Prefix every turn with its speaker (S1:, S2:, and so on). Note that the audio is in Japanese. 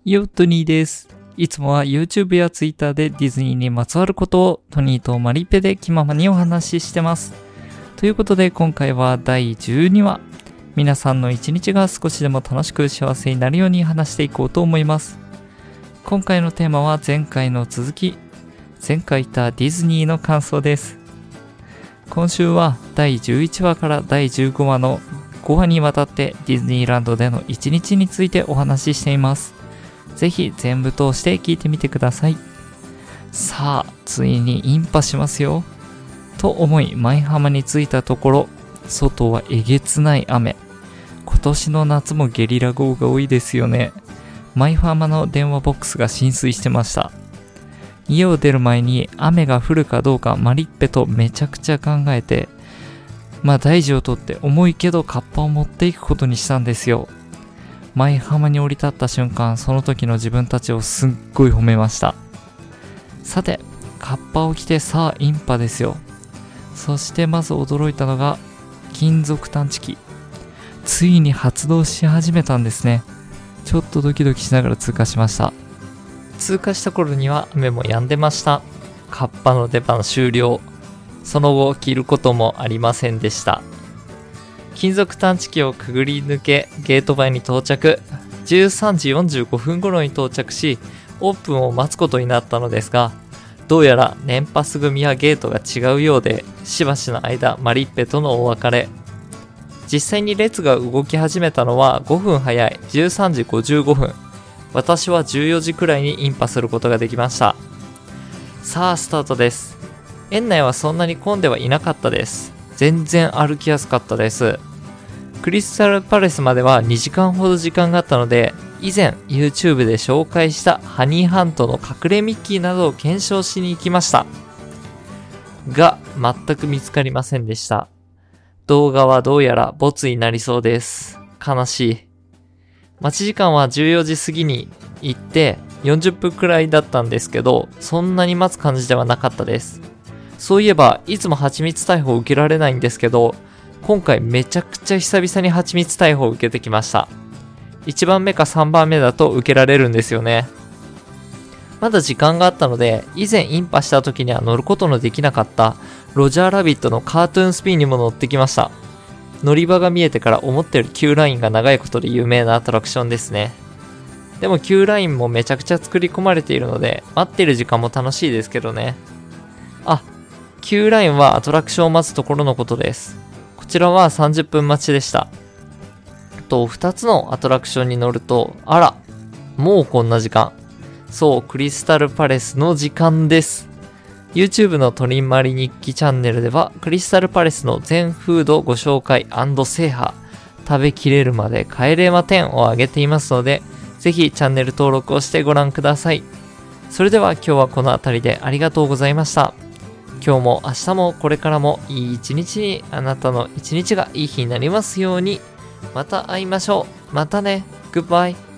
S1: よ、トニーです。いつもは YouTube や Twitter でディズニーにまつわることをトニーとマリペで気ままにお話ししてます。ということで今回は第12話。皆さんの一日が少しでも楽しく幸せになるように話していこうと思います。今回のテーマは前回の続き。前回言ったディズニーの感想です。今週は第11話から第15話の5話にわたってディズニーランドでの一日についてお話ししています。ぜひ全部通して聞いてみてください。さあ、ついにインパしますよ。と思い舞浜に着いたところ、外はえげつない雨。今年の夏もゲリラ豪雨が多いですよね。舞浜の電話ボックスが浸水してました。家を出る前に雨が降るかどうかマリッペとめちゃくちゃ考えて、大事をとって重いけどカッパを持っていくことにしたんですよ。舞浜に降り立った瞬間、その時の自分たちをすっごい褒めました。さて、カッパを着てさあインパですよ。そしてまず驚いたのが金属探知機。ついに発動し始めたんですね。ちょっとドキドキしながら通過しました。通過した頃には雨も止んでました。カッパの出番終了。その後着ることもありませんでした。金属探知機をくぐり抜けゲート前に到着。13時45分頃に到着し、オープンを待つことになったのですが、どうやら年パス組はゲートが違うようで、しばしの間マリッペとのお別れ。実際に列が動き始めたのは5分早い13時55分。私は14時くらいにインパすることができました。さあスタートです。園内はそんなに混んではいなかったです。全然歩きやすかったです。クリスタルパレスまでは2時間ほど時間があったので、以前 YouTube で紹介したハニーハントの隠れミッキーなどを検証しに行きました。が、全く見つかりませんでした。動画はどうやらボツになりそうです。悲しい。待ち時間は14時過ぎに行って40分くらいだったんですけど、そんなに待つ感じではなかったです。そういえば、いつも蜂蜜逮捕を受けられないんですけど、今回めちゃくちゃ久々に蜂蜜逮捕を受けてきました。1番目か3番目だと受けられるんですよね。まだ時間があったので、以前インパした時には乗ることのできなかったロジャーラビットのカートゥーンスピンにも乗ってきました。乗り場が見えてから思ったより Q ラインが長いことで有名なアトラクションですね。でも Q ラインもめちゃくちゃ作り込まれているので、待っている時間も楽しいですけどね。Q ラインはアトラクションを待つところのことです。こちらは30分待ちでした。2つのアトラクションに乗ると、あら、もうこんな時間。そう、クリスタルパレスの時間です。YouTube のトリンマリ日記チャンネルでは、クリスタルパレスの全フードご紹介&制覇、食べきれるまで帰れま10を上げていますので、ぜひチャンネル登録をしてご覧ください。それでは今日はこの辺りでありがとうございました。今日も明日もこれからもいい一日に、あなたの一日がいい日になりますように。また会いましょう。またね。グッバイ。